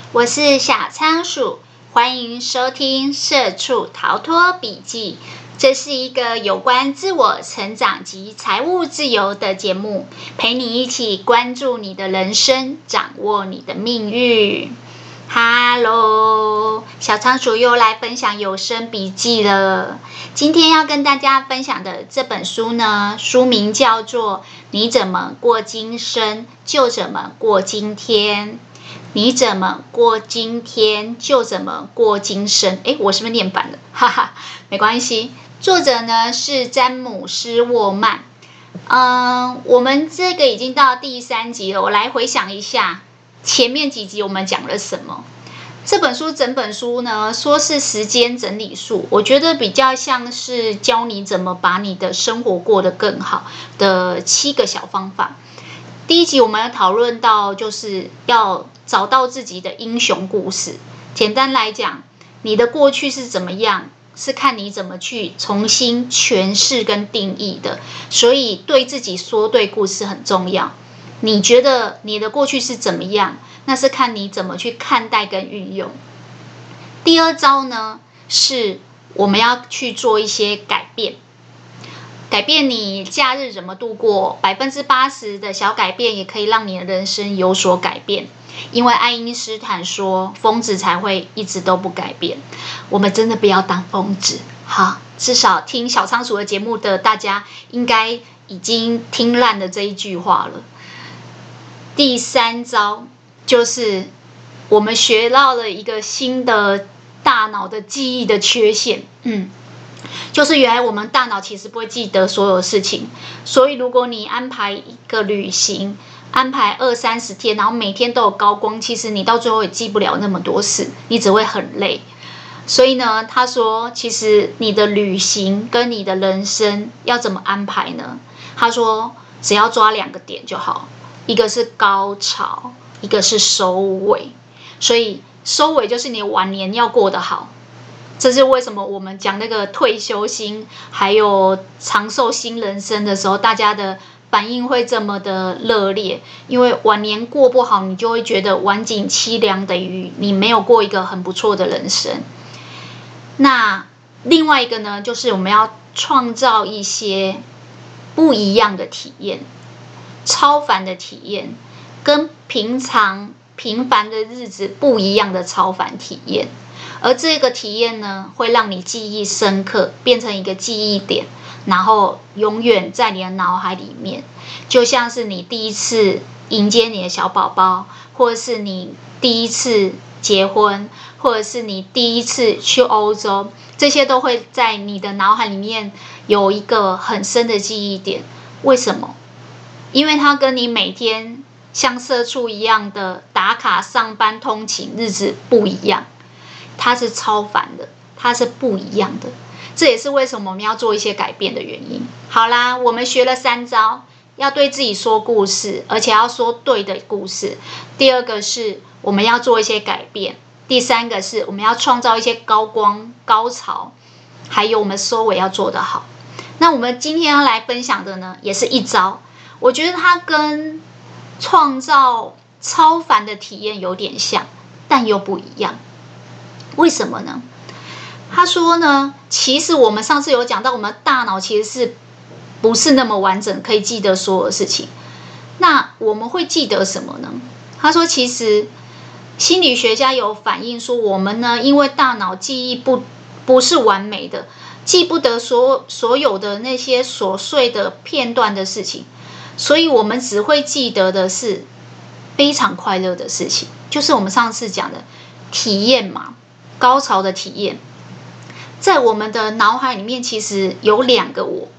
我是小仓鼠，欢迎收听社畜逃脱笔记。这是一个有关自我成长及财务自由的节目，陪你一起关注你的人生，掌握你的命运。Hello， 小仓鼠又来分享有声笔记了。今天要跟大家分享的这本书呢，书名叫做《你怎么过今生，就怎么过今天》。你怎么过今天，就怎么过今生。我是不是念反了？哈哈，没关系。作者呢是詹姆斯·沃曼。我们这个已经到第3集了，我来回想一下前面几集我们讲了什么。这本书整本书呢，说是时间整理术，我觉得比较像是教你怎么把你的生活过得更好的7个小方法。第1集我们要讨论到，就是要找到自己的英雄故事。简单来讲，你的过去是怎么样，是看你怎么去重新诠释跟定义的。所以对自己说对故事很重要。你觉得你的过去是怎么样，那是看你怎么去看待跟运用。第2招呢，是我们要去做一些改变。改变你假日怎么度过，80%的小改变也可以让你的人生有所改变。因为爱因斯坦说，疯子才会一直都不改变。我们真的不要当疯子。好，至少听小仓鼠的节目的大家应该已经听烂了这一句话了。第3招就是我们学到了一个新的大脑的记忆的缺陷。就是原来我们大脑其实不会记得所有事情，所以如果你安排一个旅行，安排20-30天，然后每天都有高光，其实你到最后也记不了那么多事，你只会很累。所以呢，他说其实你的旅行跟你的人生要怎么安排呢？他说只要抓2个点就好，一个是高潮，一个是收尾。所以收尾就是你晚年要过得好。这是为什么我们讲那个退休新还有长寿新人生的时候，大家的反应会这么的热烈。因为晚年过不好，你就会觉得晚景凄凉，等于你没有过一个很不错的人生。那另外一个呢，就是我们要创造一些不一样的体验，超凡的体验，跟平凡的日子不一样的超凡体验。而这个体验呢，会让你记忆深刻，变成一个记忆点，然后永远在你的脑海里面。就像是你第一次迎接你的小宝宝，或者是你第一次结婚，或者是你第一次去欧洲，这些都会在你的脑海里面有一个很深的记忆点。为什么？因为它跟你每天像社畜一样的打卡上班通勤日子不一样。它是超凡的，它是不一样的。这也是为什么我们要做一些改变的原因。好啦，我们学了3招，要对自己说故事，而且要说对的故事。第2个是我们要做一些改变。第3个是我们要创造一些高光高潮，还有我们收尾要做得好。那我们今天要来分享的呢，也是1招。我觉得它跟创造超凡的体验有点像，但又不一样。为什么呢？他说呢，其实我们上次有讲到，我们大脑其实是不是那么完整，可以记得所有的事情。那我们会记得什么呢？他说，其实心理学家有反映说，我们呢，因为大脑记忆不是完美的，记不得所有的那些琐碎的片段的事情，所以我们只会记得的是非常快乐的事情，就是我们上次讲的体验嘛。高潮的体验，在我们的脑海里面其实有2个我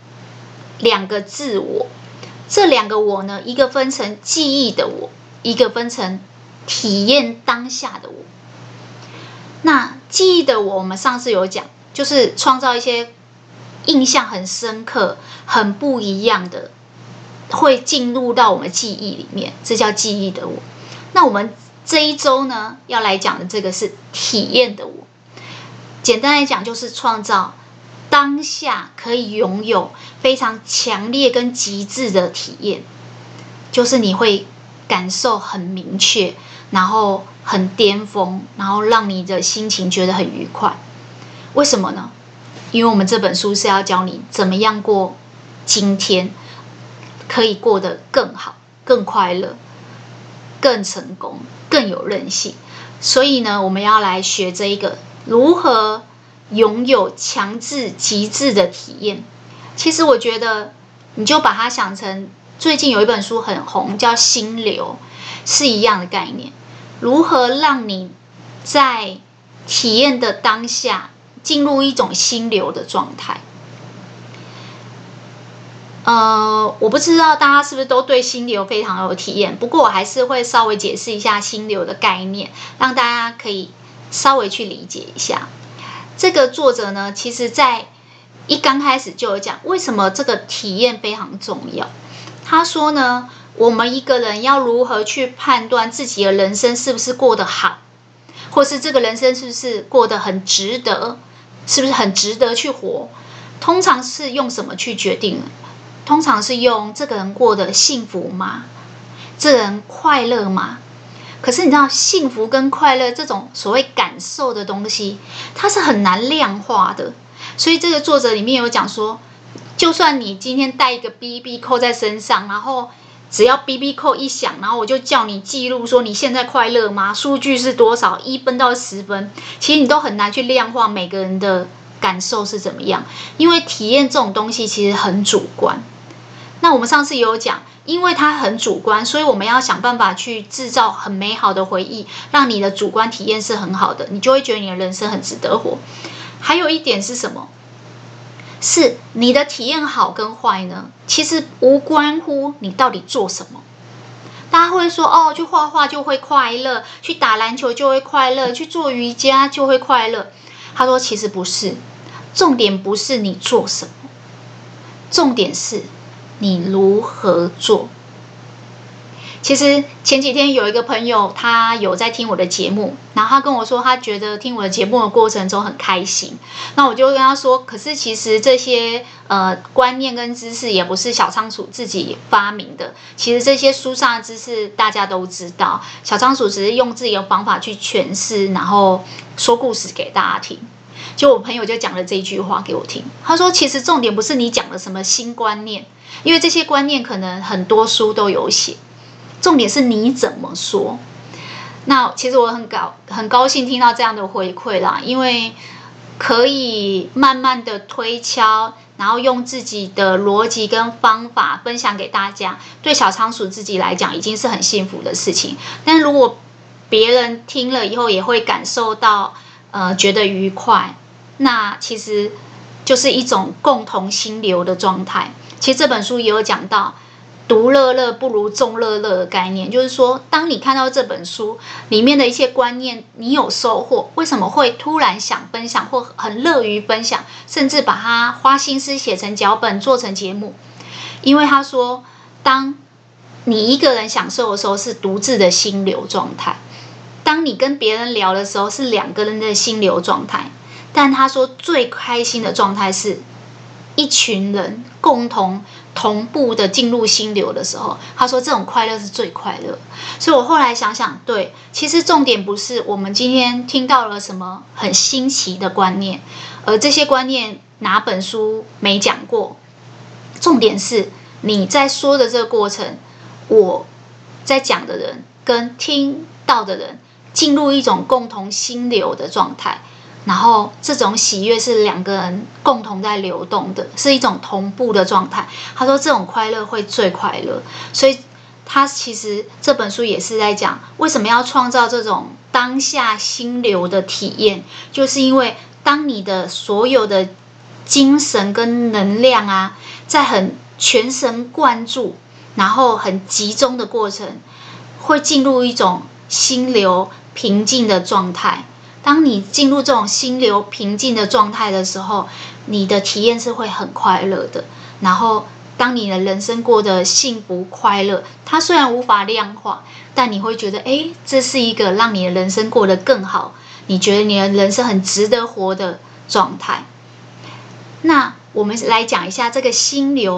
，2个自我。这2个我呢，一个分成记忆的我，一个分成体验当下的我。那记忆的我们上次有讲，就是创造一些印象很深刻很不一样的，会进入到我们记忆里面，这叫记忆的我。那我们这一周呢，要来讲的这个是体验的我。简单来讲，就是创造当下可以拥有非常强烈跟极致的体验，就是你会感受很明确，然后很巅峰，然后让你的心情觉得很愉快。为什么呢？因为我们这本书是要教你怎么样过今天，可以过得更好、更快乐、更成功、更有韧性。所以呢，我们要来学这一个如何拥有强制极致的体验。其实我觉得，你就把它想成最近有一本书很红，叫《心流》，是一样的概念。如何让你在体验的当下进入一种心流的状态？我不知道大家是不是都对心流非常有体验，不过我还是会稍微解释一下心流的概念，让大家可以稍微去理解一下。这个作者呢，其实在一刚开始就有讲，为什么这个体验非常重要。他说呢，我们一个人要如何去判断自己的人生是不是过得好，或是这个人生是不是过得很值得，是不是很值得去活，通常是用什么去决定呢？通常是用这个人过得幸福吗？这个人快乐吗？可是你知道，幸福跟快乐这种所谓感受的东西，它是很难量化的。所以这个作者里面有讲说，就算你今天带一个 BB 扣在身上，然后只要 BB 扣一响，然后我就叫你记录说你现在快乐吗？数据是多少？1分到10分，其实你都很难去量化每个人的感受是怎么样，因为体验这种东西其实很主观。那我们上次也有讲，因为它很主观，所以我们要想办法去制造很美好的回忆，让你的主观体验是很好的，你就会觉得你的人生很值得活。还有一点是什么？是你的体验好跟坏呢，其实无关乎你到底做什么。大家会说，去画画就会快乐，去打篮球就会快乐，去做瑜伽就会快乐。他说其实不是，重点不是你做什么，重点是你如何做。其实前几天有一个朋友，他有在听我的节目，然后他跟我说，他觉得听我的节目的过程中很开心。那我就跟他说，可是其实这些观念跟知识也不是小仓鼠自己发明的，其实这些书上的知识大家都知道，小仓鼠只是用自己的方法去诠释，然后说故事给大家听。就我朋友就讲了这一句话给我听，他说其实重点不是你讲的什么新观念，因为这些观念可能很多书都有写，重点是你怎么说。那其实我很高兴听到这样的回馈啦，因为可以慢慢的推敲，然后用自己的逻辑跟方法分享给大家，对小仓鼠自己来讲已经是很幸福的事情。但如果别人听了以后也会感受到觉得愉快，那其实就是一种共同心流的状态。其实这本书也有讲到，独乐乐不如众乐乐的概念，就是说当你看到这本书里面的一些观念你有收获，为什么会突然想分享或很乐于分享，甚至把它花心思写成脚本做成节目？因为他说当你一个人享受的时候是独自的心流状态，当你跟别人聊的时候是2个人的心流状态，但他说最开心的状态是一群人共同步的进入心流的时候，他说这种快乐是最快乐。所以我后来想想，对，其实重点不是我们今天听到了什么很新奇的观念，而这些观念哪本书没讲过，重点是你在说的这个过程，我在讲的人跟听到的人进入一种共同心流的状态，然后这种喜悦是2个人共同在流动的，是一种同步的状态。他说这种快乐会最快乐，所以他其实这本书也是在讲为什么要创造这种当下心流的体验，就是因为当你的所有的精神跟能量啊，在很全神贯注，然后很集中的过程，会进入一种心流平静的状态。当你进入这种心流平静的状态的时候，你的体验是会很快乐的。然后当你的人生过得幸福快乐，它虽然无法量化，但你会觉得这是一个让你的人生过得更好，你觉得你的人生很值得活的状态。那我们来讲一下这个心流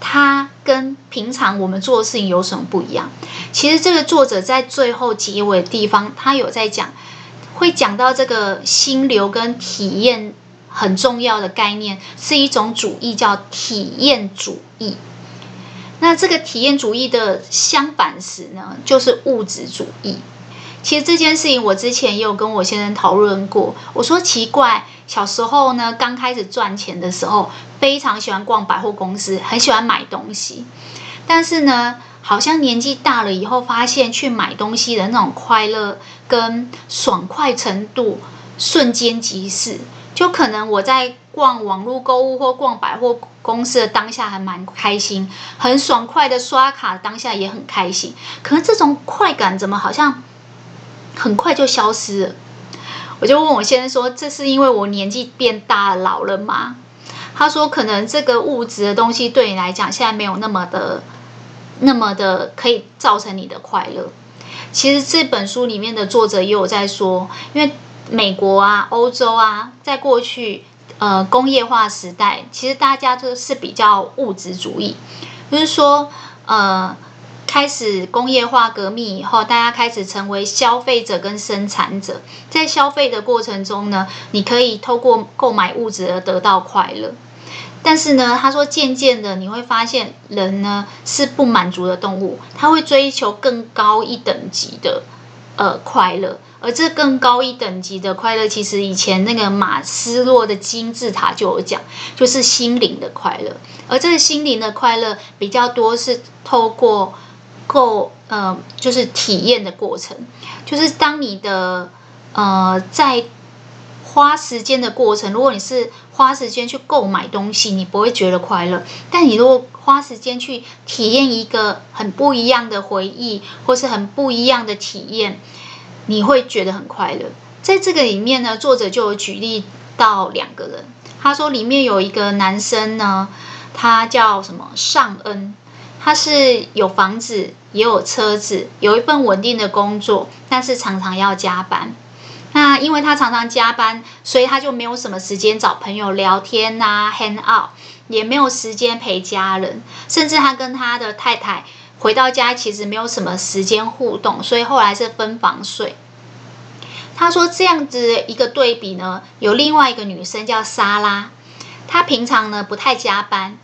它跟平常我们做的事情有什么不一样？其实这个作者在最后结尾的地方，他有在讲，会讲到这个心流跟体验很重要的概念，是一种主义，叫体验主义。那这个体验主义的相反词呢，就是物质主义。其实这件事情我之前也有跟我先生讨论过，我说奇怪，小时候呢刚开始赚钱的时候，非常喜欢逛百货公司，很喜欢买东西，但是呢好像年纪大了以后，发现去买东西的那种快乐跟爽快程度瞬间即逝。就可能我在逛网络购物或逛百货公司的当下还蛮开心，很爽快的刷卡当下也很开心，可是这种快感怎么好像很快就消失了？我就问我先生说，这是因为我年纪变大老了吗？他说可能这个物质的东西对你来讲现在没有那么的可以造成你的快乐。其实这本书里面的作者也有在说，因为美国啊、欧洲啊，在过去工业化时代，其实大家都是比较物质主义，就是说开始工业化革命以后，大家开始成为消费者跟生产者。在消费的过程中呢，你可以透过购买物质而得到快乐。但是呢，他说渐渐的你会发现，人呢是不满足的动物，他会追求更高一等级的快乐。而这更高一等级的快乐，其实以前那个马斯洛的金字塔就有讲，就是心灵的快乐。而这个心灵的快乐比较多是透过就是体验的过程，就是当你的在花时间的过程，如果你是花时间去购买东西，你不会觉得快乐；但你如果花时间去体验一个很不一样的回忆，或是很不一样的体验，你会觉得很快乐。在这个里面呢，作者就有举例到2个人，他说里面有一个男生呢，他叫什么尚恩，他是有房子也有车子，有一份稳定的工作，但是常常要加班。那因为他常常加班，所以他就没有什么时间找朋友聊天啊 hang out， 也没有时间陪家人，甚至他跟他的太太回到家其实没有什么时间互动，所以后来是分房睡。他说这样子一个对比呢，有另外一个女生叫莎拉，她平常呢不太加班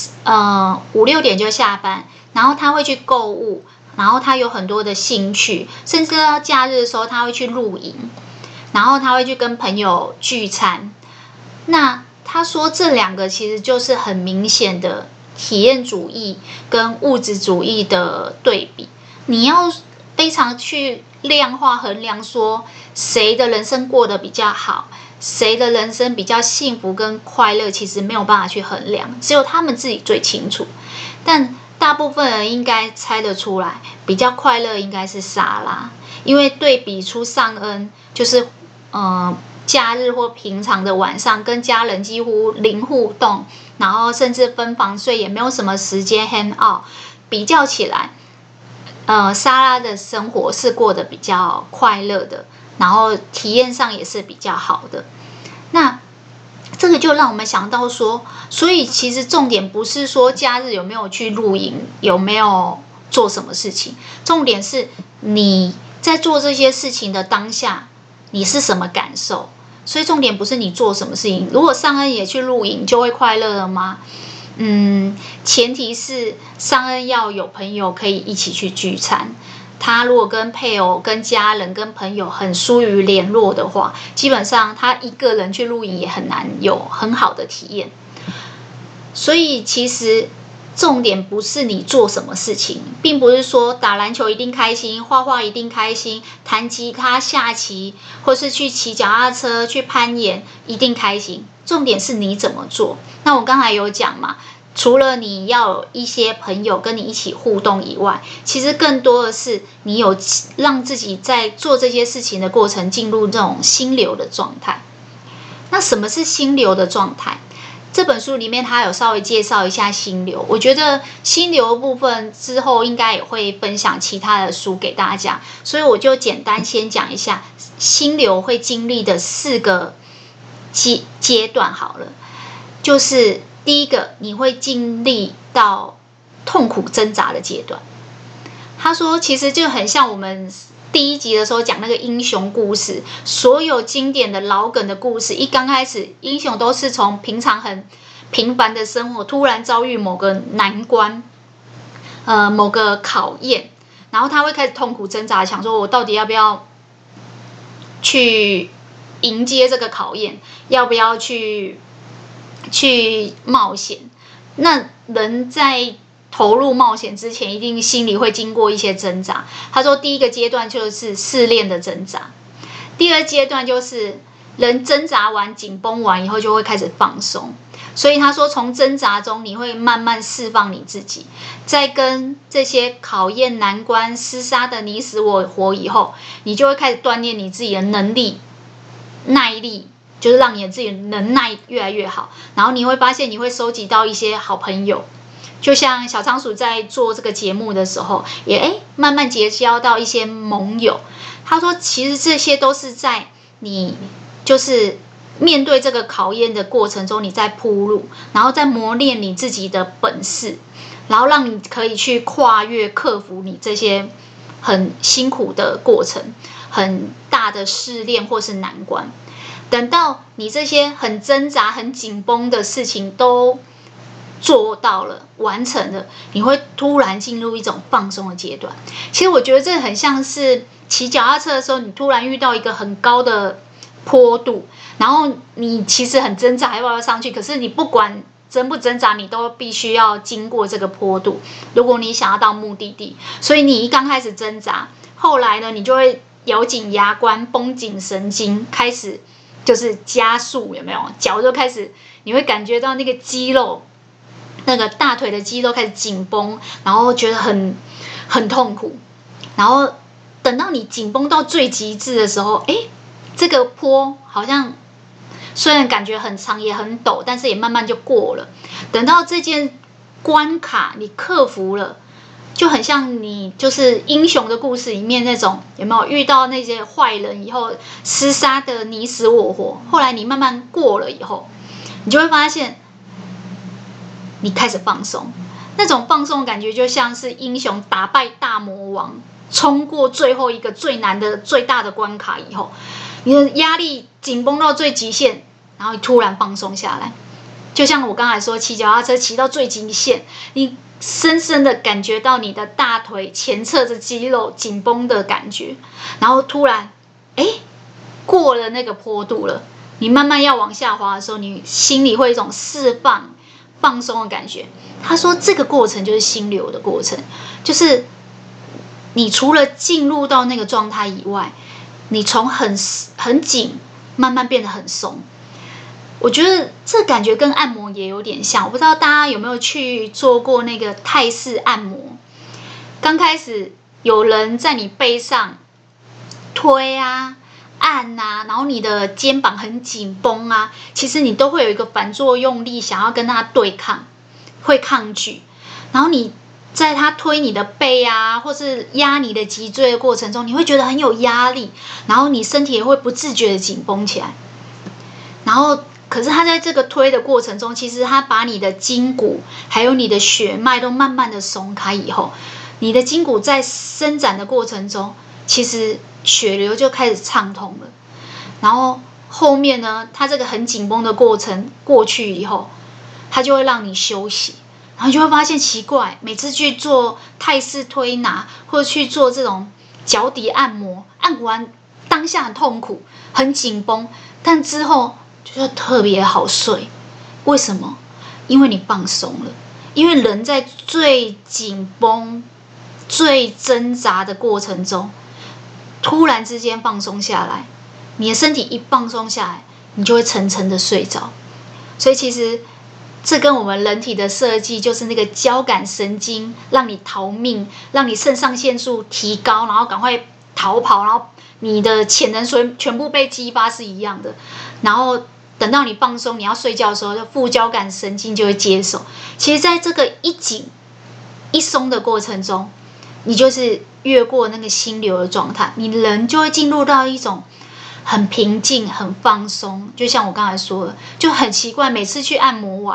，5、6点就下班，然后她会去购物，然后她有很多的兴趣，甚至到假日的时候她会去露营，然后她会去跟朋友聚餐。那他说这2个其实就是很明显的体验主义跟物质主义的对比。你要非常去量化衡量说谁的人生过得比较好，谁的人生比较幸福跟快乐，其实没有办法去衡量，只有他们自己最清楚。但大部分人应该猜得出来，比较快乐应该是莎拉，因为对比出尚恩就是假日或平常的晚上跟家人几乎零互动，然后甚至分房睡，也没有什么时间 hang out。比较起来，莎拉的生活是过得比较快乐的，然后体验上也是比较好的。那这个就让我们想到说，所以其实重点不是说假日有没有去露营，有没有做什么事情，重点是你在做这些事情的当下，你是什么感受？所以重点不是你做什么事情。如果尚恩也去露营，就会快乐了吗？前提是尚恩要有朋友可以一起去聚餐。他如果跟配偶、跟家人、跟朋友很疏于联络的话，基本上他一个人去露营也很难有很好的体验。所以其实重点不是你做什么事情，并不是说打篮球一定开心，画画一定开心，弹吉他、下棋，或是去骑脚踏车、去攀岩一定开心。重点是你怎么做。那我刚才有讲嘛，除了你要有一些朋友跟你一起互动以外，其实更多的是你有让自己在做这些事情的过程进入这种心流的状态。那什么是心流的状态？这本书里面他有稍微介绍一下心流，我觉得心流的部分之后应该也会分享其他的书给大家，所以我就简单先讲一下心流会经历的4个阶段好了。就是第一个，你会经历到痛苦挣扎的阶段。他说，其实就很像我们第一集的时候讲那个英雄故事，所有经典的老梗的故事，一刚开始，英雄都是从平常很平凡的生活，突然遭遇某个难关，某个考验，然后他会开始痛苦挣扎，想说我到底要不要去迎接这个考验，要不要去冒险？那人在投入冒险之前，一定心里会经过一些挣扎。他说，第一个阶段就是试炼的挣扎，第二阶段就是人挣扎完、紧绷完以后，就会开始放松。所以他说，从挣扎中你会慢慢释放你自己，在跟这些考验、难关厮杀的你死我活以后，你就会开始锻炼你自己的能力、耐力，就是让你的自己的能耐越来越好。然后你会发现，你会收集到一些好朋友。就像小仓鼠在做这个节目的时候，也慢慢结交到一些盟友。他说，其实这些都是在你就是面对这个考验的过程中，你在铺路，然后在磨练你自己的本事，然后让你可以去跨越、克服你这些很辛苦的过程、很大的试炼或是难关。等到你这些很挣扎、很紧绷的事情都做到了、完成了，你会突然进入一种放松的阶段。其实我觉得这很像是骑脚踏车的时候，你突然遇到一个很高的坡度，然后你其实很挣扎要不要上去，可是你不管挣不挣扎，你都必须要经过这个坡度，如果你想要到目的地。所以你一刚开始挣扎，后来呢，你就会咬紧牙关、绷紧神经，开始就是加速，有没有？脚就开始，你会感觉到那个肌肉，那个大腿的肌肉开始紧绷，然后觉得很痛苦。然后等到你紧绷到最极致的时候，这个坡好像虽然感觉很长也很陡，但是也慢慢就过了。等到这件关卡你克服了，就很像你就是英雄的故事里面那种，有没有遇到那些坏人以后厮杀的你死我活，后来你慢慢过了以后，你就会发现你开始放松。那种放松的感觉就像是英雄打败大魔王，冲过最后一个最难的最大的关卡以后，你的压力紧绷到最极限，然后突然放松下来。就像我刚才说，骑脚踏车骑到最极限，你深深的感觉到你的大腿前侧的肌肉紧绷的感觉，然后突然过了那个坡度了，你慢慢要往下滑的时候，你心里会有一种释放放松的感觉。他说这个过程就是心流的过程，就是你除了进入到那个状态以外，你从很紧慢慢变得很松。我觉得这感觉跟按摩也有点像，我不知道大家有没有去做过那个泰式按摩。刚开始有人在你背上推啊、按啊，然后你的肩膀很紧绷啊，其实你都会有一个反作用力，想要跟他对抗，会抗拒。然后你在他推你的背啊，或是压你的脊椎的过程中，你会觉得很有压力，然后你身体也会不自觉的紧绷起来。然后可是他在这个推的过程中，其实他把你的筋骨还有你的血脉都慢慢的松开以后，你的筋骨在伸展的过程中，其实血流就开始畅通了。然后后面呢，他这个很紧绷的过程过去以后，他就会让你休息。然后就会发现奇怪，每次去做泰式推拿或者去做这种脚底按摩，按完当下很痛苦很紧绷，但之后就特别好睡。为什么？因为你放松了。因为人在最紧绷最挣扎的过程中，突然之间放松下来，你的身体一放松下来，你就会沉沉的睡着。所以其实这跟我们人体的设计，就是那个交感神经让你逃命，让你肾上腺素提高，然后赶快逃跑，然后你的潜能全部被激发是一样的。然后等到你放松，你要睡觉的时候，副交感神经就会接手。其实在这个一紧一松的过程中，你就是越过那个心流的状态，你人就会进入到一种很平静、很放松。就像我刚才说的，就很奇怪，每次去按摩完，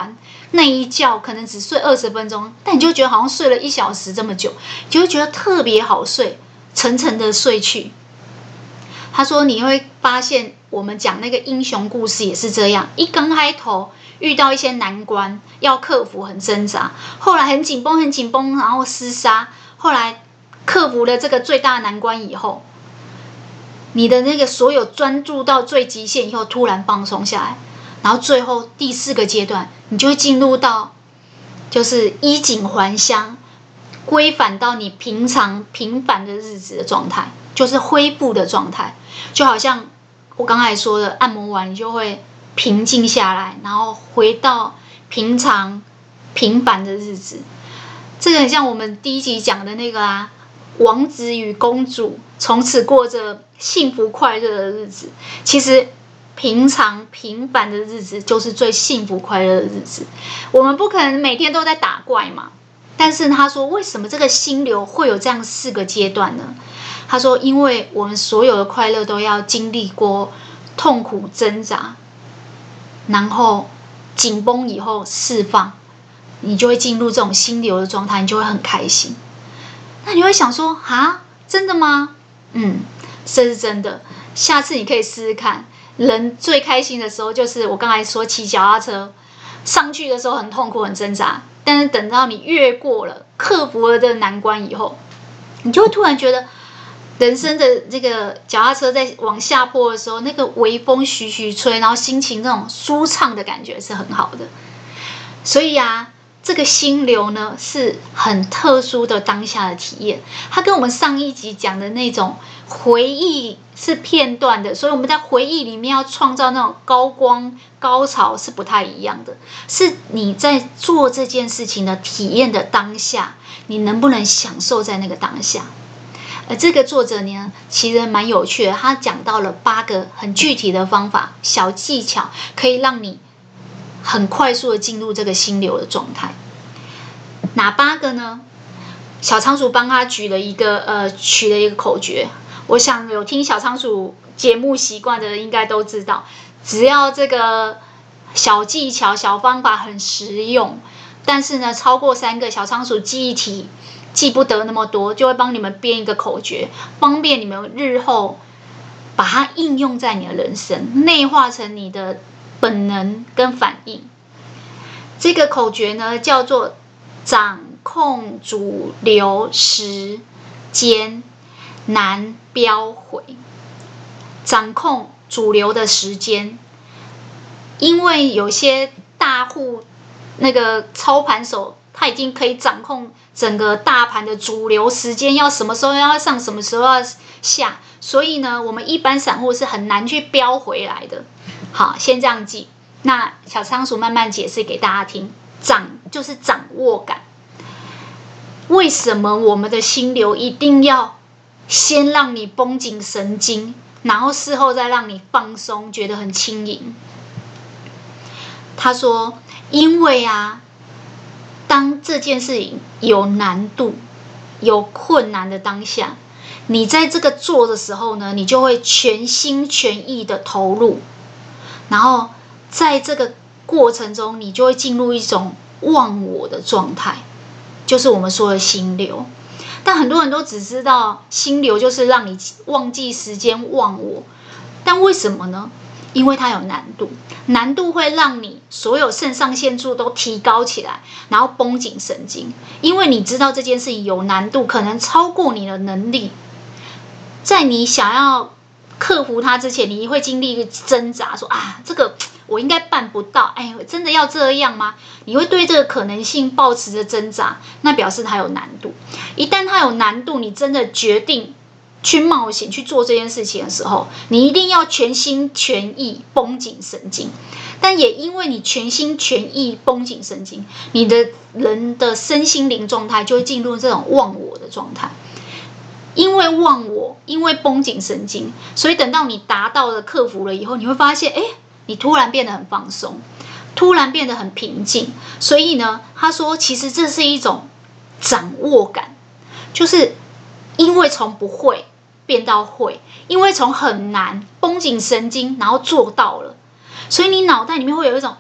那一觉可能只睡20分钟，但你就觉得好像睡了1小时这么久，你就会觉得特别好睡，沉沉的睡去。他说你会发现我们讲那个英雄故事也是这样，一刚开头遇到一些难关要克服，很挣扎，后来很紧绷很紧绷，然后厮杀，后来克服了这个最大的难关以后，你的那个所有专注到最极限以后，突然放松下来，然后最后第4个阶段，你就会进入到就是衣锦还乡，归返到你平常平凡的日子的状态，就是恢复的状态。就好像我刚才说的，按摩完你就会平静下来，然后回到平常平凡的日子。这个很像我们第1集讲的那个王子与公主从此过着幸福快乐的日子。其实平常平凡的日子就是最幸福快乐的日子。我们不可能每天都在打怪嘛，但是他说为什么这个心流会有这样4个阶段呢？他说因为我们所有的快乐都要经历过痛苦挣扎，然后紧绷以后释放，你就会进入这种心流的状态，你就会很开心。那你会想说真的吗？这是真的。下次你可以试试看。人最开心的时候就是我刚才说骑脚踏车上去的时候很痛苦很挣扎，但是等到你越过了克服了这个难关以后，你就会突然觉得人生的这个脚踏车在往下坡的时候，那个微风徐徐吹，然后心情那种舒畅的感觉是很好的。所以这个心流呢是很特殊的当下的体验，它跟我们上一集讲的那种回忆是片段的，所以我们在回忆里面要创造那种高光高潮是不太一样的，是你在做这件事情的体验的当下，你能不能享受在那个当下。而这个作者呢其实蛮有趣的，他讲到了8个很具体的方法小技巧，可以让你很快速的进入这个心流的状态。哪8个呢？小仓鼠帮他取了一个口诀，我想有听小仓鼠节目习惯的人应该都知道，只要这个小技巧小方法很实用，但是呢超过3个小仓鼠记忆体记不得那么多，就会帮你们编一个口诀，方便你们日后把它应用在你的人生，内化成你的本能跟反应。这个口诀呢叫做掌控主流时间，难标回。掌控主流的时间，因为有些大户那个操盘手他已经可以掌控整个大盘的主流时间，要什么时候要上，什么时候要下，所以呢我们一般散户是很难去标回来的。好，先这样记。那小仓鼠慢慢解释给大家听。就是掌握感。为什么我们的心流一定要先让你绷紧神经，然后事后再让你放松，觉得很轻盈？他说因为当这件事情有难度有困难的当下，你在这个做的时候呢，你就会全心全意的投入，然后在这个过程中你就会进入一种忘我的状态，就是我们说的心流。但很多人都只知道心流就是让你忘记时间忘我，但为什么呢？因为它有难度，难度会让你所有肾上腺素都提高起来，然后绷紧神经，因为你知道这件事情有难度，可能超过你的能力，在你想要克服它之前，你会经历一个挣扎，说这个我应该办不到，真的要这样吗？你会对这个可能性抱持着挣扎，那表示它有难度。一旦它有难度，你真的决定去冒险去做这件事情的时候，你一定要全心全意绷紧神经。但也因为你全心全意绷紧神经，你的人的身心灵状态就会进入这种忘我的状态。因为忘我，因为绷紧神经，所以等到你达到了克服了以后，你会发现你突然变得很放松，突然变得很平静。所以呢他说其实这是一种掌握感，就是因为从不会变到会，因为从很难绷紧神经然后做到了，所以你脑袋里面会有一种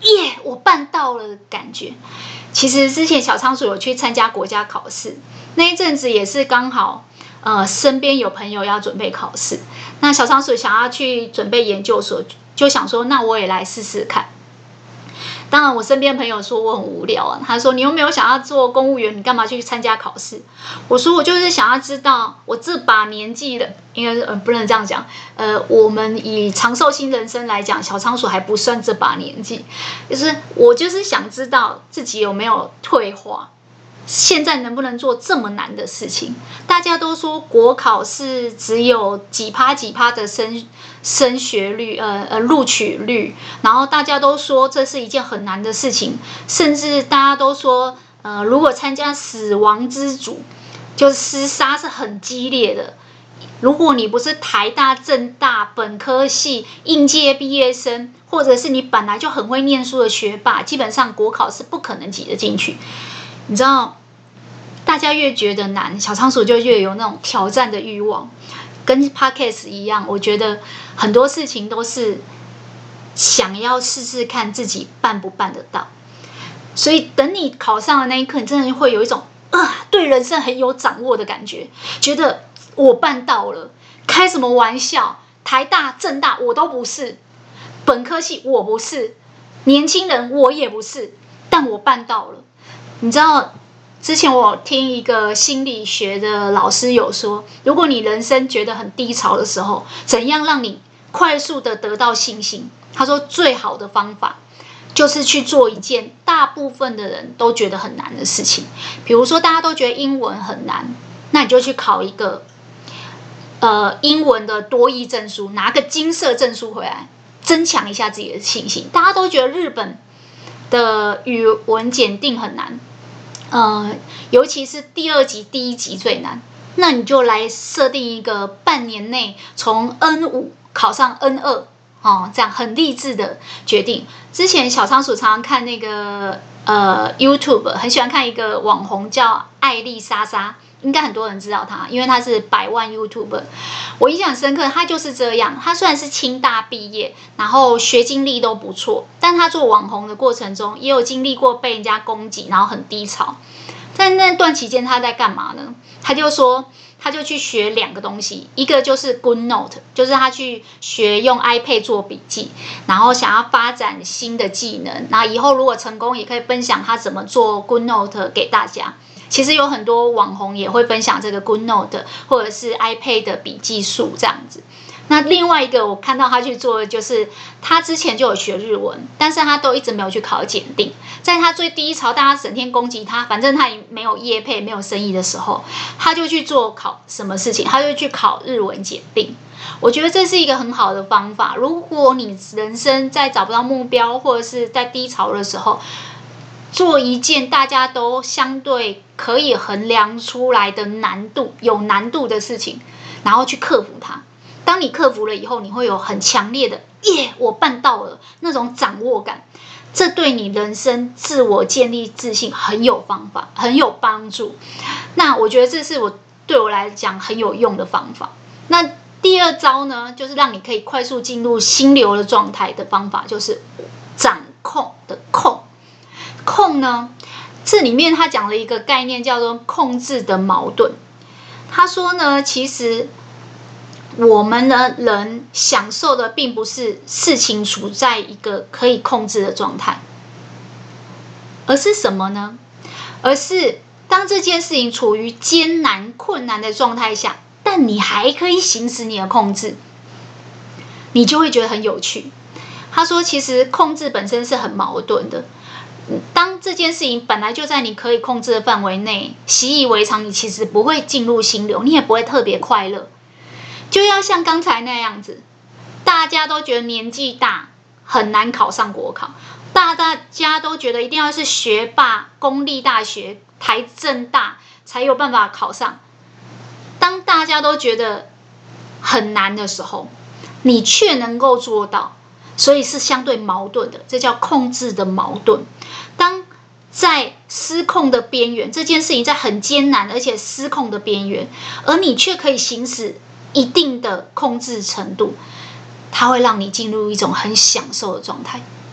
耶，我办到了的感觉。其实之前小仓鼠有去参加国家考试，那一阵子也是刚好，身边有朋友要准备考试，那小仓鼠想要去准备研究所，就想说，那我也来试试看。当然，我身边朋友说我很无聊啊，他说你又没有想要做公务员，你干嘛去参加考试？我说我就是想要知道，我这把年纪了，应该是不能这样讲，我们以长寿星人生来讲，小仓鼠还不算这把年纪，就是我就是想知道自己有没有退化。现在能不能做这么难的事情？大家都说国考是只有几趴的升学率，录取率，然后大家都说这是一件很难的事情，甚至大家都说，如果参加死亡之组，就是厮杀是很激烈的。如果你不是台大、政大本科系应届毕业生，或者是你本来就很会念书的学霸，基本上国考是不可能挤得进去。你知道，大家越觉得难，小仓鼠就越有那种挑战的欲望。跟 Podcast 一样，我觉得很多事情都是想要试试看自己办不办得到。所以等你考上的那一刻，你真的会有一种对人生很有掌握的感觉，觉得我办到了。开什么玩笑？台大、政大我都不是，本科系我不是，年轻人我也不是，但我办到了。你知道，之前我听一个心理学的老师有说，如果你人生觉得很低潮的时候，怎样让你快速的得到信心？他说最好的方法就是去做一件大部分的人都觉得很难的事情。比如说大家都觉得英文很难，那你就去考一个英文的多益证书，拿个金色证书回来，增强一下自己的信心。大家都觉得日本的语文检定很难，尤其是第2级、第1级最难。那你就来设定一个半年内从 N5 考上 N2，这样很励志的决定。之前小仓鼠常常看那个YouTube， 很喜欢看一个网红叫艾丽莎莎，应该很多人知道她，因为她是100万 YouTuber。我印象很深刻，她就是这样。她虽然是清大毕业，然后学经历都不错，但她做网红的过程中，也有经历过被人家攻击，然后很低潮。在那段期间，她在干嘛呢？她就说，她就去学2个东西，一个就是 GoodNote， 就是她去学用 iPad 做笔记，然后想要发展新的技能，然后以后如果成功，也可以分享她怎么做 GoodNote 给大家。其实有很多网红也会分享这个 GoodNote 或者是 iPad 的笔记术这样子。那另外一个我看到他去做的就是他之前就有学日文，但是他都一直没有去考检定。在他最低潮，大家整天攻击他，反正他也没有业配没有生意的时候，他就去做考什么事情，他就去考日文检定。我觉得这是一个很好的方法。如果你人生在找不到目标或者是在低潮的时候，做一件大家都相对可以衡量出来的有难度的事情，然后去克服它。当你克服了以后，你会有很强烈的我办到了那种掌握感，这对你人生自我建立自信很有方法，很有帮助。那我觉得这是对我来讲很有用的方法。那第2招呢，就是让你可以快速进入心流的状态的方法，就是掌控的控。控呢，这里面他讲了一个概念叫做控制的矛盾。他说呢，其实我们的人享受的并不是事情处在一个可以控制的状态，而是什么呢？而是当这件事情处于艰难困难的状态下，但你还可以行使你的控制，你就会觉得很有趣。他说其实控制本身是很矛盾的，当这件事情本来就在你可以控制的范围内，习以为常，你其实不会进入心流，你也不会特别快乐。就要像刚才那样子，大家都觉得年纪大很难考上国考，大家都觉得一定要是学霸、公立大学、台政大才有办法考上。当大家都觉得很难的时候，你却能够做到，所以是相对矛盾的，这叫控制的矛盾。当在失控的边缘，这件事情在很艰难而且失控的边缘，而你却可以行使一定的控制程度，它会让你进入一种很享受的状态。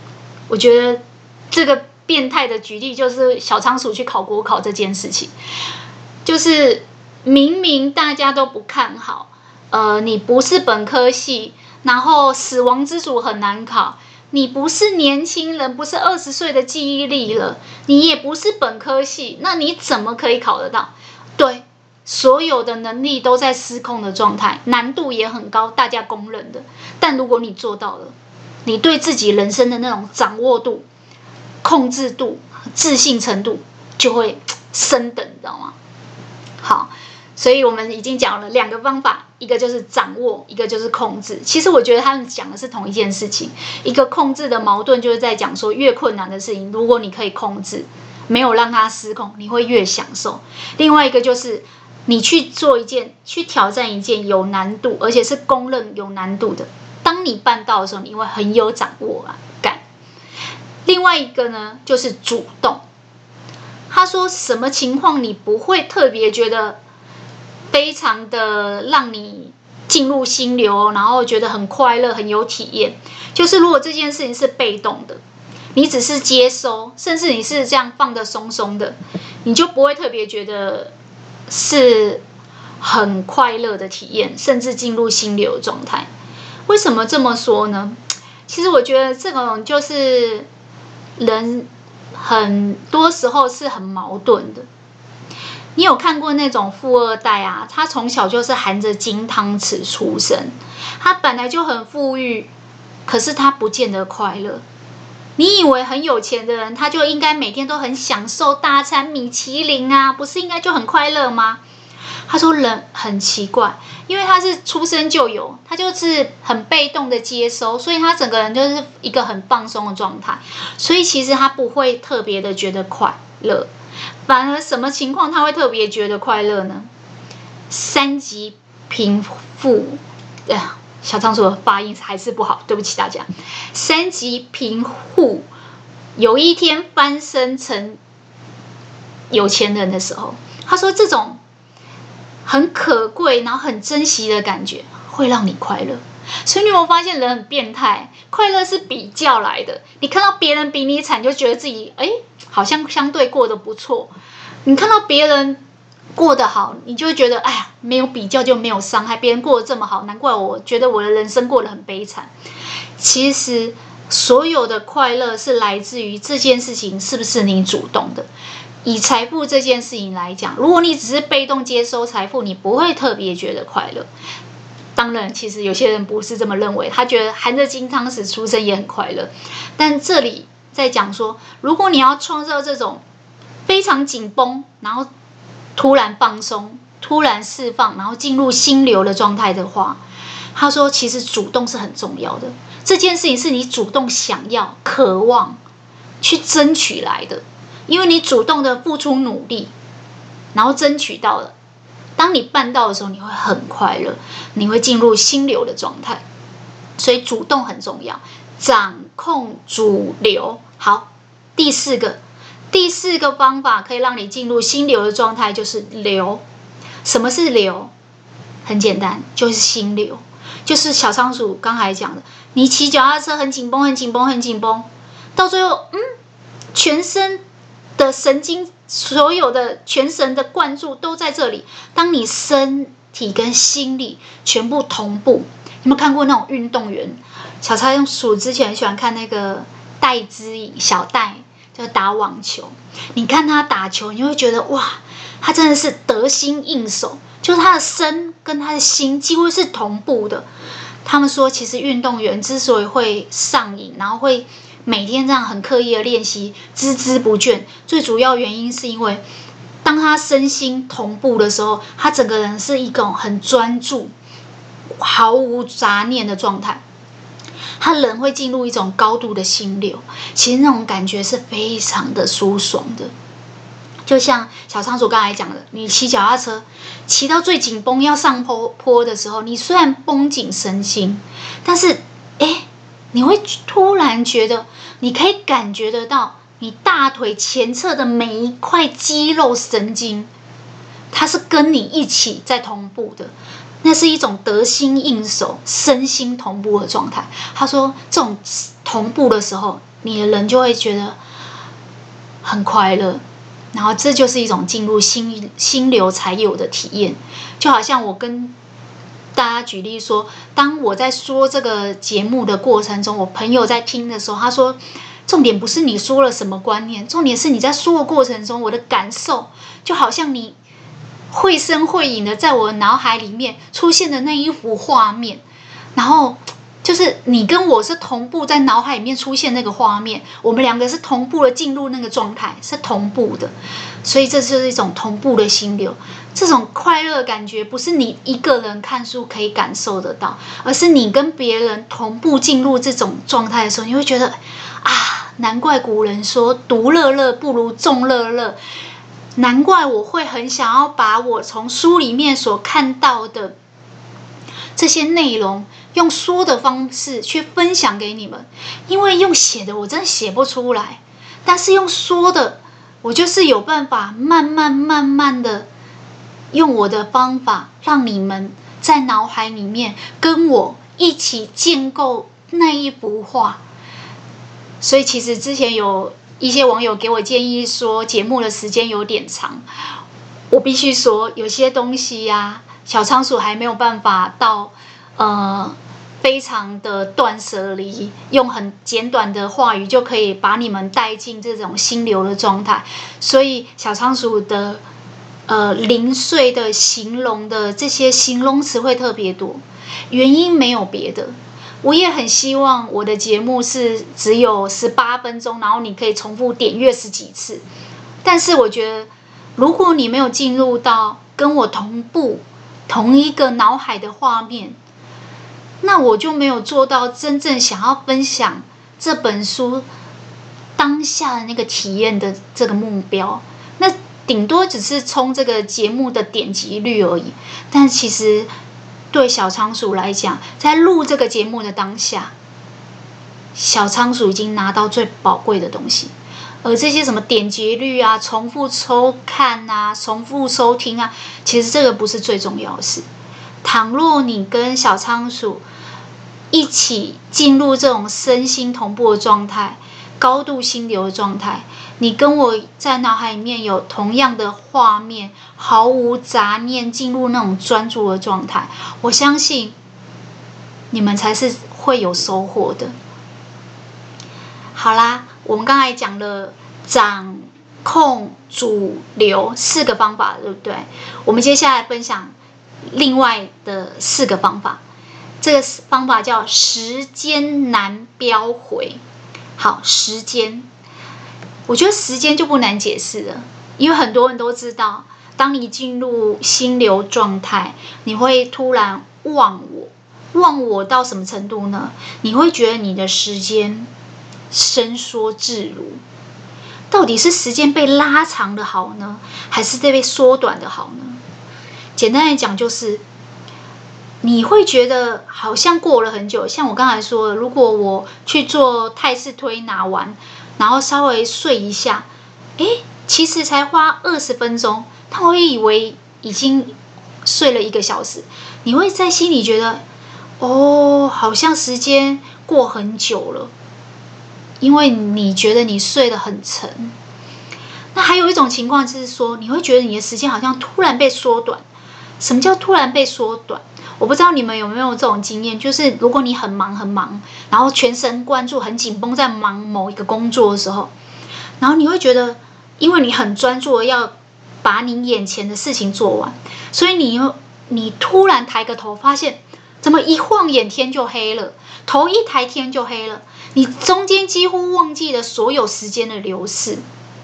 我觉得这个变态的举例就是小仓鼠去考国考这件事情，就是明明大家都不看好，你不是本科系，然后死亡之组很难考，你不是年轻人，不是20岁的记忆力了，你也不是本科系，那你怎么可以考得到？对，所有的能力都在失控的状态，难度也很高，大家公认的。但如果你做到了，你对自己人生的那种掌握度、控制度、自信程度就会升等，你知道吗？好，所以我们已经讲了2个方法，一个就是掌握，一个就是控制。其实我觉得他们讲的是同一件事情。一个控制的矛盾就是在讲说，越困难的事情，如果你可以控制，没有让它失控，你会越享受。另外一个就是你去做一件，去挑战一件有难度，而且是公认有难度的。当你办到的时候，你会很有掌握感。另外一个呢，就是主动。他说什么情况你不会特别觉得非常的让你进入心流，然后觉得很快乐、很有体验？就是如果这件事情是被动的，你只是接收，甚至你是这样放得松松的，你就不会特别觉得是很快乐的体验，甚至进入心流的状态。为什么这么说呢？其实我觉得这种就是人很多时候是很矛盾的。你有看过那种富二代啊？他从小就是含着金汤匙出生，他本来就很富裕，可是他不见得快乐。你以为很有钱的人，他就应该每天都很享受大餐米其林啊，不是应该就很快乐吗？他说人很奇怪，因为他是出生就有，他就是很被动的接收，所以他整个人就是一个很放松的状态，所以其实他不会特别的觉得快乐。反而什么情况他会特别觉得快乐呢？3级贫富，小仓鼠的发音还是不好，对不起大家。3级贫户有一天翻身成有钱人的时候，他说这种很可贵，然后很珍惜的感觉会让你快乐。所以你有没有发现人很变态？快乐是比较来的，你看到别人比你惨，就觉得自己好像相对过得不错。你看到别人过得好，你就会觉得哎呀，没有比较就没有伤害，别人过得这么好，难怪我觉得我的人生过得很悲惨。其实所有的快乐是来自于这件事情是不是你主动的。以财富这件事情来讲，如果你只是被动接收财富，你不会特别觉得快乐。当然其实有些人不是这么认为，他觉得含着金汤匙出生也很快乐。但这里在讲说，如果你要创造这种非常紧绷，然后突然放松，突然释放，然后进入心流的状态的话，他说其实主动是很重要的。这件事情是你主动想要、渴望去争取来的，因为你主动的付出努力，然后争取到了。当你办到的时候，你会很快乐，你会进入心流的状态。所以主动很重要，掌控主流。好，第四个方法可以让你进入心流的状态，就是流。什么是流？很简单，就是心流。就是小仓鼠刚才讲的，你骑脚踏车很紧绷，很紧绷，很紧绷，到最后，全身的神经，所有的全神的灌注都在这里。当你身体跟心理全部同步，有没有看过那种运动员？小仓鼠之前很喜欢看那个戴资颖小戴，就打网球。你看他打球，你会觉得哇，他真的是得心应手，就是他的身跟他的心几乎是同步的。他们说，其实运动员之所以会上瘾，然后会每天这样很刻意的练习，孜孜不倦，最主要原因是因为当他身心同步的时候，他整个人是一种很专注、毫无杂念的状态。他人会进入一种高度的心流，其实那种感觉是非常的舒爽的。就像小仓鼠刚才讲的，你骑脚踏车骑到最紧绷要上坡的时候，你虽然绷紧身心，但是你会突然觉得你可以感觉得到你大腿前侧的每一块肌肉神经，它是跟你一起在同步的。那是一种得心应手、身心同步的状态。他说，这种同步的时候，你的人就会觉得很快乐。然后这就是一种进入心流才有的体验。就好像我跟大家举例说，当我在说这个节目的过程中，我朋友在听的时候，他说重点不是你说了什么观念，重点是你在说的过程中我的感受，就好像你绘声绘影的在我的脑海里面出现的那一幅画面，然后就是你跟我是同步在脑海里面出现那个画面，我们两个是同步的进入那个状态，是同步的。所以这就是一种同步的心流。这种快乐的感觉不是你一个人看书可以感受得到，而是你跟别人同步进入这种状态的时候，你会觉得难怪古人说独乐乐不如众乐乐，难怪我会很想要把我从书里面所看到的这些内容用说的方式去分享给你们。因为用写的我真的写不出来，但是用说的我就是有办法慢慢的用我的方法让你们在脑海里面跟我一起建构那一幅画。所以其实之前有一些网友给我建议说节目的时间有点长，我必须说有些东西小仓鼠还没有办法到非常的断舍离，用很简短的话语就可以把你们带进这种心流的状态。所以小仓鼠的零碎的形容的这些形容词会特别多，原因没有别的。我也很希望我的节目是只有18分钟，然后你可以重复点阅10几次。但是我觉得如果你没有进入到跟我同步同一个脑海的画面，那我就没有做到真正想要分享这本书当下的那个体验的这个目标。那顶多只是冲这个节目的点击率而已。但其实对小仓鼠来讲，在录这个节目的当下，小仓鼠已经拿到最宝贵的东西。而这些什么点击率重复收看重复收听其实这个不是最重要的事。倘若你跟小仓鼠一起进入这种身心同步的状态，高度心流的状态，你跟我在脑海里面有同样的画面，毫无杂念进入那种专注的状态，我相信你们才是会有收获的。好啦，我们刚才讲了掌控主流4个方法，对不对？我们接下来分享另外的4个方法。这个方法叫时间难标回。好，时间，我觉得时间就不难解释了，因为很多人都知道，当你进入心流状态，你会突然忘我到什么程度呢？你会觉得你的时间伸缩自如。到底是时间被拉长的好呢，还是被缩短的好呢？简单来讲就是你会觉得好像过了很久。像我刚才说的，如果我去做泰式推拿完，然后稍微睡一下，其实才花20分钟，但我会以为已经睡了1个小时。你会在心里觉得好像时间过很久了，因为你觉得你睡得很沉。那还有一种情况就是说，你会觉得你的时间好像突然被缩短。什么叫突然被缩短？我不知道你们有没有这种经验，就是如果你很忙，然后全神贯注很紧绷在忙某一个工作的时候，然后你会觉得因为你很专注的要把你眼前的事情做完，所以你突然抬个头发现怎么一晃眼天就黑了，头一抬天就黑了，你中间几乎忘记了所有时间的流逝，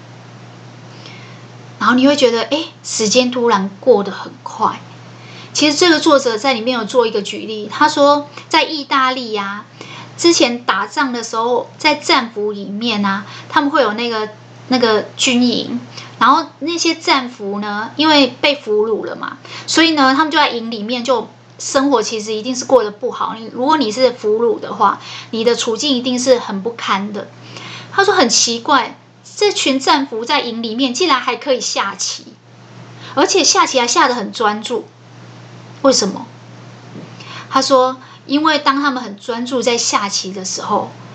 然后你会觉得时间突然过得很快。其实这个作者在里面有做一个举例，他说在意大利之前打仗的时候，在战俘里面他们会有那个军营，然后那些战俘呢，因为被俘虏了嘛，所以呢他们就在营里面就生活其实一定是过得不好。如果你是俘虏的话，你的处境一定是很不堪的。他说很奇怪，这群战俘在营里面竟然还可以下棋，而且下棋还下得很专注。为什么？他说因为当他们很专注在下棋的时候，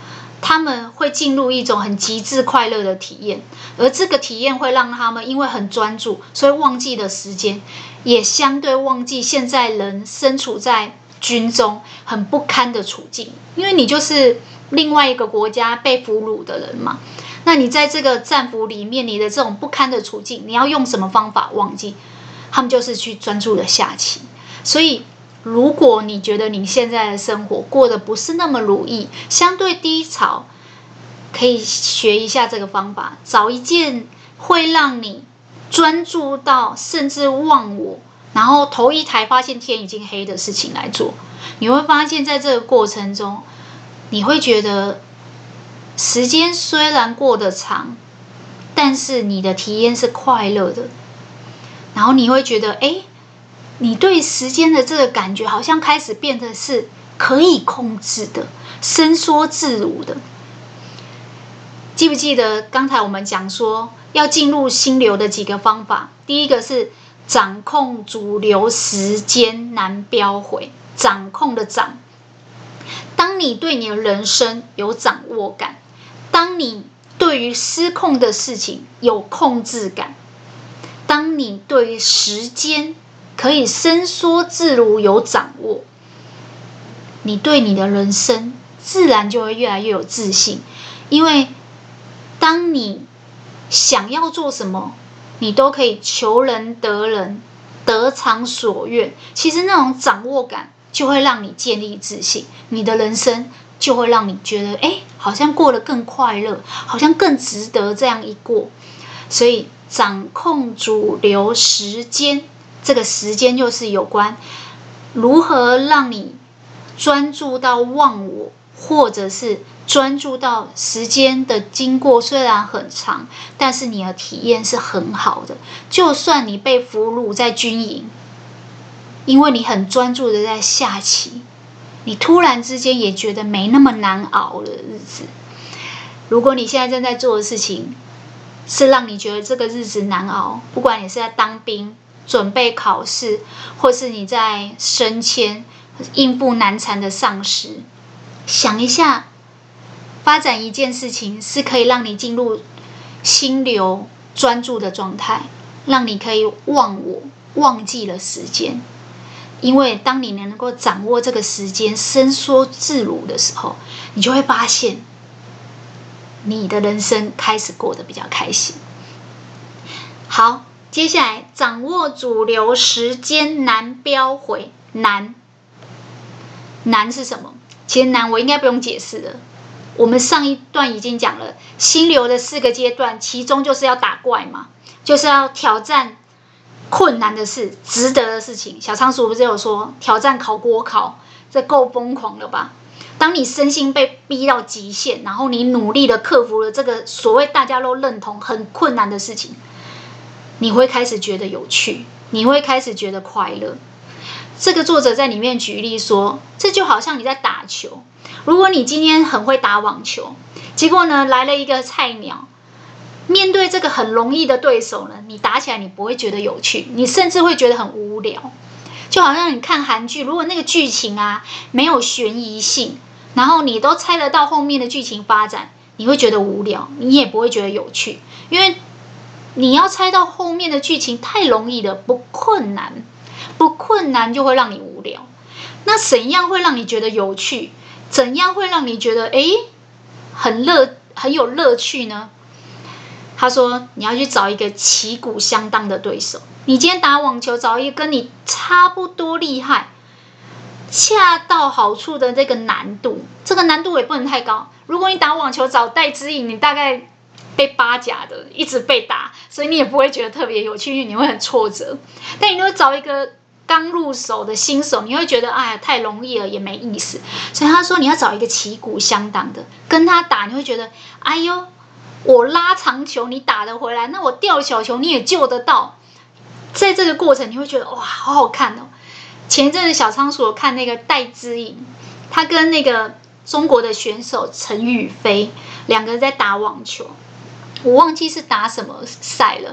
他们会进入一种很极致快乐的体验，而这个体验会让他们因为很专注，所以忘记了时间，也相对忘记现在人身处在军中很不堪的处境，因为你就是另外一个国家被俘虏的人嘛。那你在这个战俘里面，你的这种不堪的处境，你要用什么方法忘记？他们就是去专注的下棋。所以如果你觉得你现在的生活过得不是那么如意，相对低潮，可以学一下这个方法，找一件会让你专注到甚至忘我，然后头一抬发现天已经黑的事情来做。你会发现在这个过程中，你会觉得时间虽然过得长，但是你的体验是快乐的，然后你会觉得你对时间的这个感觉好像开始变得是可以控制的，伸缩自如的。记不记得刚才我们讲说要进入心流的几个方法？第一个是掌控主流时间难标回，掌控的掌，当你对你的人生有掌握感，当你对于失控的事情有控制感，当你对于时间可以伸缩自如有掌握，你对你的人生自然就会越来越有自信。因为当你想要做什么，你都可以求人得人，得偿所愿。其实那种掌握感就会让你建立自信，你的人生就会让你觉得好像过得更快乐，好像更值得这样一过。所以掌控主流时间，这个时间就是有关如何让你专注到忘我，或者是专注到时间的经过虽然很长，但是你的体验是很好的。就算你被俘虏在军营，因为你很专注的在下棋，你突然之间也觉得没那么难熬的日子。如果你现在正在做的事情是让你觉得这个日子难熬，不管你是在当兵、准备考试，或是你在升迁、应付难缠的上司，想一下，发展一件事情是可以让你进入心流专注的状态，让你可以忘我，忘记了时间。因为当你能够掌握这个时间，伸缩自如的时候，你就会发现你的人生开始过得比较开心。好，接下来掌握主流时间难标回。难是什么？其实难我应该不用解释了，我们上一段已经讲了心流的4个阶段，其中就是要打怪嘛，就是要挑战困难的事，值得的事情。小仓鼠不是有说挑战考国考，这够疯狂了吧？当你身心被逼到极限，然后你努力的克服了这个所谓大家都认同很困难的事情，你会开始觉得有趣，你会开始觉得快乐。这个作者在里面举例说，这就好像你在打球，如果你今天很会打网球，结果呢来了一个菜鸟，面对这个很容易的对手呢，你打起来你不会觉得有趣，你甚至会觉得很无聊。就好像你看韩剧，如果那个剧情没有悬疑性，然后你都猜得到后面的剧情发展，你会觉得无聊，你也不会觉得有趣，因为你要猜到后面的剧情太容易了，不困难就会让你无聊。那怎样会让你觉得有趣？怎样会让你觉得很有乐趣呢？他说你要去找一个旗鼓相当的对手。你今天打网球，找一个跟你差不多厉害、恰到好处的这个难度，这个难度也不能太高。如果你打网球找戴资颖，你大概被八甲的，一直被打，所以你也不会觉得特别有趣，因为你会很挫折。但你如果找一个刚入手的新手，你会觉得太容易了，也没意思。所以他说你要找一个旗鼓相当的，跟他打，你会觉得我拉长球你打得回来，那我吊小球你也救得到。在这个过程你会觉得哇，好好看哦。前一阵子小仓鼠看那个戴资颖，他跟那个中国的选手陈雨菲两个人在打网球，我忘记是打什么赛了，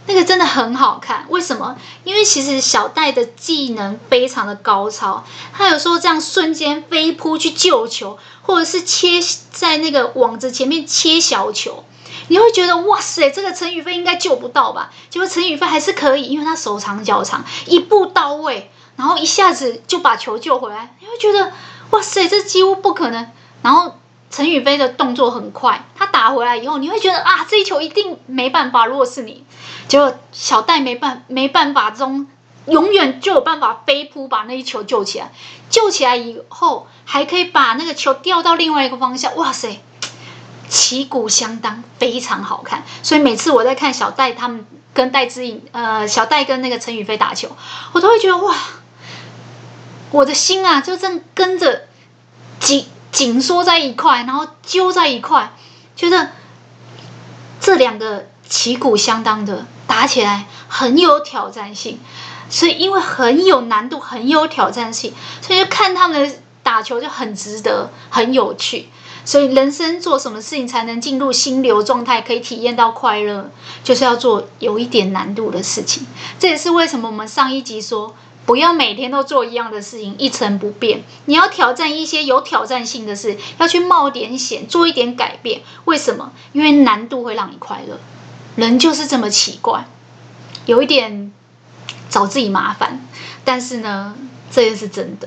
那个真的很好看。为什么？因为其实小戴的技能非常的高超，他有时候这样瞬间飞扑去救球，或者是切在那个网子前面切小球，你会觉得哇塞，这个陈宇飞应该救不到吧？结果陈宇飞还是可以，因为他手长脚长，一步到位，然后一下子就把球救回来。你会觉得哇塞，这几乎不可能。然后陈宇飞的动作很快，他打回来以后，你会觉得啊，这一球一定没办法。如果是你，结果小戴没办法中，永远就有办法飞扑把那一球救起来。救起来以后，还可以把那个球调到另外一个方向。哇塞，旗鼓相当，非常好看。所以每次我在看小戴他们跟戴资颖，小戴跟那个陈宇飞打球，我都会觉得哇，我的心啊，就这样跟着紧缩在一块，然后揪在一块，觉得这两个旗鼓相当的打起来很有挑战性。所以因为很有难度，很有挑战性，所以就看他们的打球就很值得，很有趣。所以人生做什么事情才能进入心流状态，可以体验到快乐，就是要做有一点难度的事情。这也是为什么我们上一集说不要每天都做一样的事情，一成不变。你要挑战一些有挑战性的事，要去冒点险，做一点改变。为什么？因为难度会让你快乐。人就是这么奇怪，有一点找自己麻烦，但是呢，这也是真的。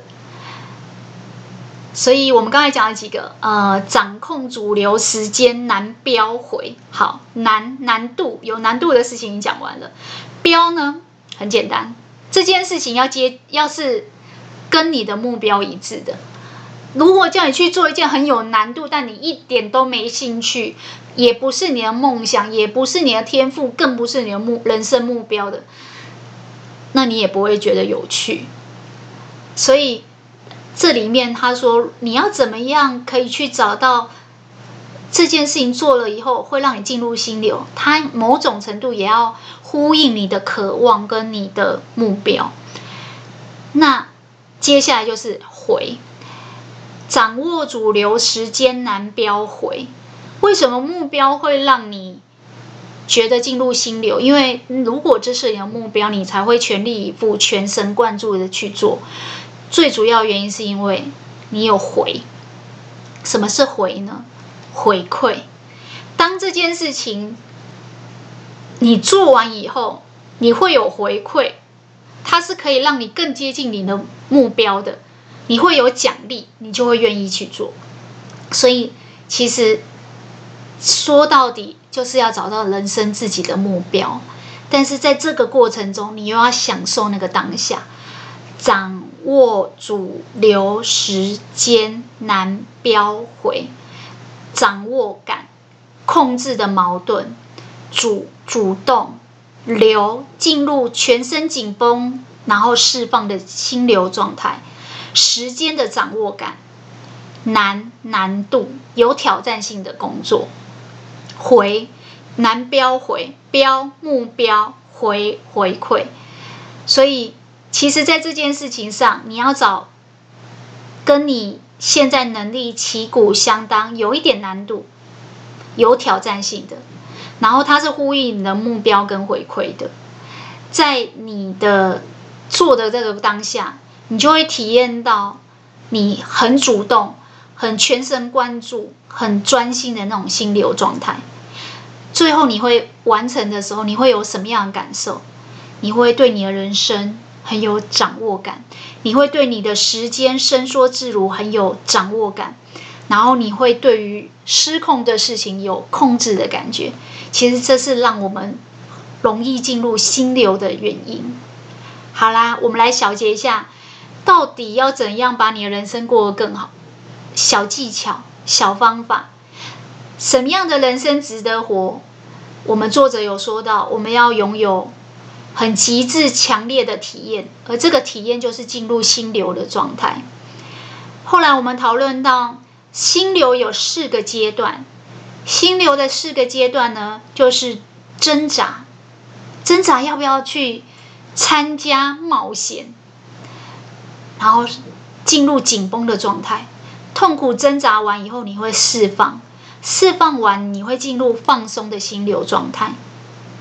所以我们刚才讲了几个，掌控主流时间难标回。好，难度有难度的事情已经讲完了。标呢很简单，这件事情要是跟你的目标一致的。如果叫你去做一件很有难度，但你一点都没兴趣，也不是你的梦想，也不是你的天赋，更不是你的人生目标的，那你也不会觉得有趣。所以这里面他说，你要怎么样可以去找到这件事情做了以后会让你进入心流，它某种程度也要呼应你的渴望跟你的目标。那接下来就是回，掌握主流时间难标回。为什么目标会让你觉得进入心流？因为如果这是你的目标，你才会全力以赴、全神贯注的去做。最主要原因是因为你有回。什么是回呢？回馈。当这件事情你做完以后，你会有回馈，它是可以让你更接近你的目标的，你会有奖励，你就会愿意去做。所以其实说到底就是要找到人生自己的目标，但是在这个过程中，你又要享受那个当下。掌握主流时间难标回，掌握感，控制的矛盾，主动，流进入全身紧绷然后释放的心流状态，时间的掌握感，难度有挑战性的工作，回难标回，标目标，回馈。所以其实在这件事情上，你要找跟你现在能力旗鼓相当，有一点难度，有挑战性的，然后它是呼应你的目标跟回馈的。在你的做的这个当下，你就会体验到你很主动、很全神贯注、很专心的那种心流状态。最后你会完成的时候，你会有什么样的感受？你会对你的人生很有掌握感，你会对你的时间伸缩自如很有掌握感，然后你会对于失控的事情有控制的感觉。其实这是让我们容易进入心流的原因。好啦，我们来小结一下，到底要怎样把你的人生过得更好？小技巧、小方法，什么样的人生值得活？我们作者有说到，我们要拥有很极致强烈的体验，而这个体验就是进入心流的状态。后来我们讨论到心流有4个阶段，心流的4个阶段呢，就是挣扎要不要去参加冒险，然后进入紧绷的状态，痛苦挣扎完以后你会释放完你会进入放松的心流状态。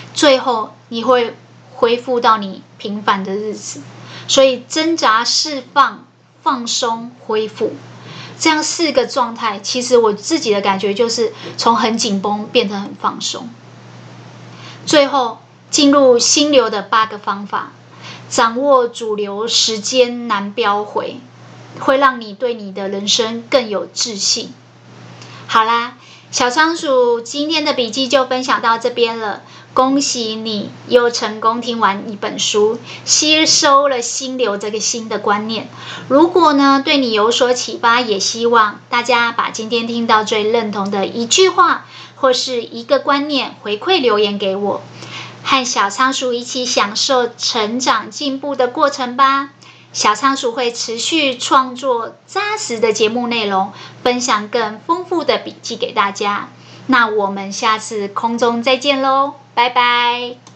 最后你会恢复到你平凡的日子。所以挣扎、释放、放松、恢复，这样4个状态，其实我自己的感觉就是从很紧绷变成很放松。最后进入心流的8个方法，掌握主流，时间难标回，会让你对你的人生更有自信。好啦，小仓鼠今天的笔记就分享到这边了。恭喜你又成功听完一本书，吸收了心流这个新的观念。如果呢对你有所启发，也希望大家把今天听到最认同的一句话或是一个观念回馈留言给我，和小仓鼠一起享受成长进步的过程吧。小仓鼠会持续创作扎实的节目内容，分享更丰富的笔记给大家。那我们下次空中再见喽，拜拜。